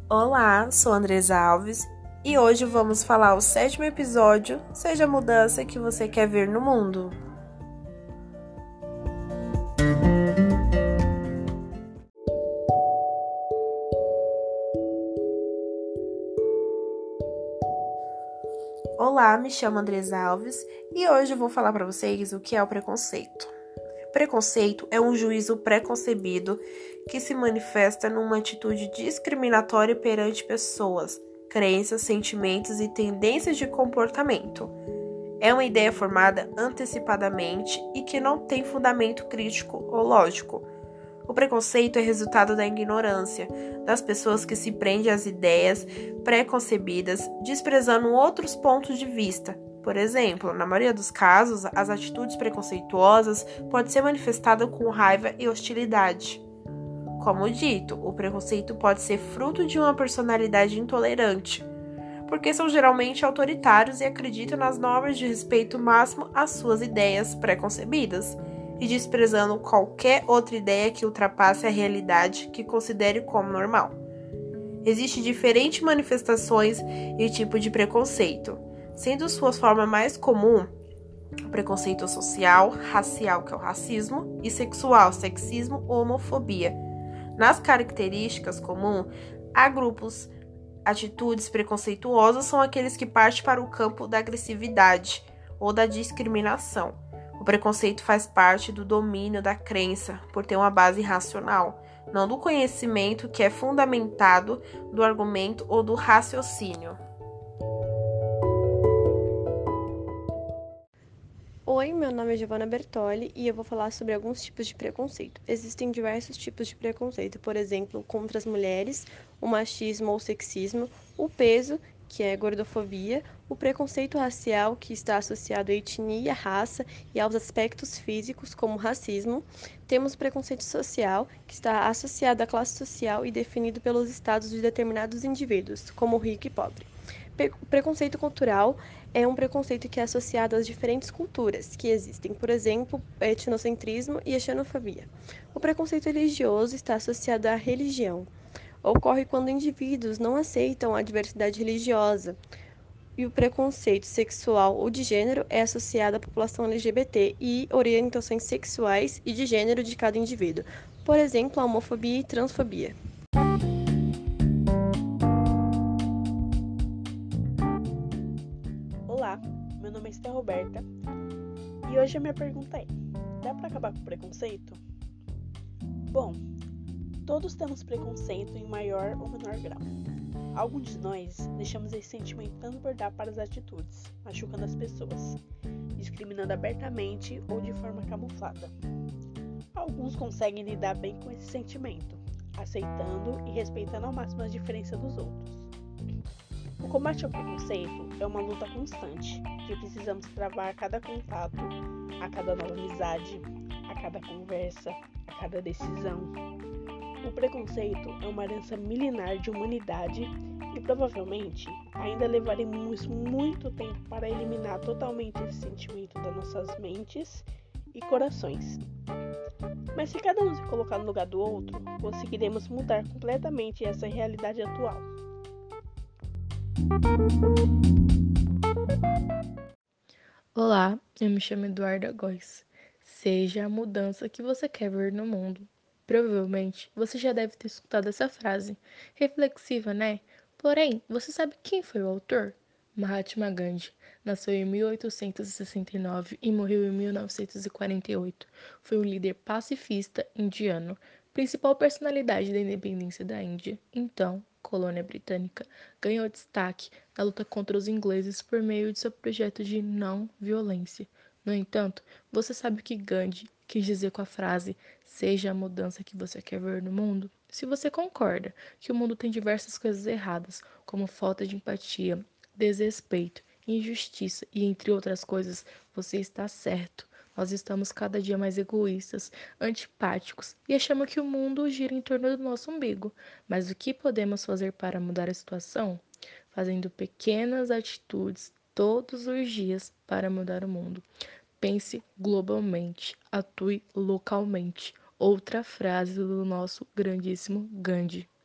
Olá, sou Andresa Alves e hoje vamos falar o sétimo episódio, Seja a Mudança que Você Quer Ver no Mundo. Olá, me chamo Andresa Alves e hoje eu vou falar para vocês o que é o preconceito. Preconceito é um juízo preconcebido que se manifesta numa atitude discriminatória perante pessoas, crenças, sentimentos e tendências de comportamento. É uma ideia formada antecipadamente e que não tem fundamento crítico ou lógico. O preconceito é resultado da ignorância das pessoas que se prendem às ideias preconcebidas, desprezando outros pontos de vista. Por exemplo, na maioria dos casos, as atitudes preconceituosas podem ser manifestadas com raiva e hostilidade. Como dito, o preconceito pode ser fruto de uma personalidade intolerante, porque são geralmente autoritários e acreditam nas normas de respeito máximo às suas ideias preconcebidas e desprezando qualquer outra ideia que ultrapasse a realidade que considere como normal. Existem diferentes manifestações e tipos de preconceito, sendo sua forma mais comum o preconceito social, racial, que é o racismo, e sexual, sexismo ou homofobia. Nas características comuns, há grupos. Atitudes preconceituosas são aqueles que partem para o campo da agressividade ou da discriminação. O preconceito faz parte do domínio da crença, por ter uma base racional, não do conhecimento que é fundamentado do argumento ou do raciocínio. Oi, meu nome é Giovanna Bertoli e eu vou falar sobre alguns tipos de preconceito. Existem diversos tipos de preconceito, por exemplo, contra as mulheres, o machismo ou sexismo, o peso, que é gordofobia, o preconceito racial, que está associado à etnia, raça e aos aspectos físicos, como racismo. Temos o preconceito social, que está associado à classe social e definido pelos estados de determinados indivíduos, como rico e pobre. O preconceito cultural é um preconceito que é associado às diferentes culturas que existem, por exemplo, etnocentrismo e a xenofobia. O preconceito religioso está associado à religião. Ocorre quando indivíduos não aceitam a diversidade religiosa. E o preconceito sexual ou de gênero é associado à população LGBT e orientações sexuais e de gênero de cada indivíduo, por exemplo, a homofobia e transfobia. Olá, meu nome é Esther Roberta e hoje a minha pergunta é: dá para acabar com o preconceito? Bom, todos temos preconceito em maior ou menor grau. Alguns de nós deixamos esse sentimento transbordar para as atitudes, machucando as pessoas, discriminando abertamente ou de forma camuflada. Alguns conseguem lidar bem com esse sentimento, aceitando e respeitando ao máximo as diferenças dos outros. O combate ao preconceito é uma luta constante, que precisamos travar a cada contato, a cada nova amizade, a cada conversa, a cada decisão. O preconceito é uma herança milenar de humanidade e provavelmente ainda levaremos muito tempo para eliminar totalmente esse sentimento das nossas mentes e corações. Mas se cada um se colocar no lugar do outro, conseguiremos mudar completamente essa realidade atual. Olá, eu me chamo Eduarda Góes. Seja a mudança que você quer ver no mundo. Provavelmente você já deve ter escutado essa frase. Reflexiva, né? Porém, você sabe quem foi o autor? Mahatma Gandhi. Nasceu em 1869 e morreu em 1948. Foi um líder pacifista indiano, principal personalidade da independência da Índia, então colônia britânica. Ganhou destaque na luta contra os ingleses por meio de seu projeto de não violência. No entanto, você sabe o que Gandhi quis dizer com a frase "seja a mudança que você quer ver no mundo"? Se você concorda que o mundo tem diversas coisas erradas, como falta de empatia, desrespeito, injustiça e entre outras coisas, você está certo. Nós estamos cada dia mais egoístas, antipáticos e achamos que o mundo gira em torno do nosso umbigo. Mas o que podemos fazer para mudar a situação? Fazendo pequenas atitudes todos os dias para mudar o mundo. Pense globalmente, atue localmente. Outra frase do nosso grandíssimo Gandhi.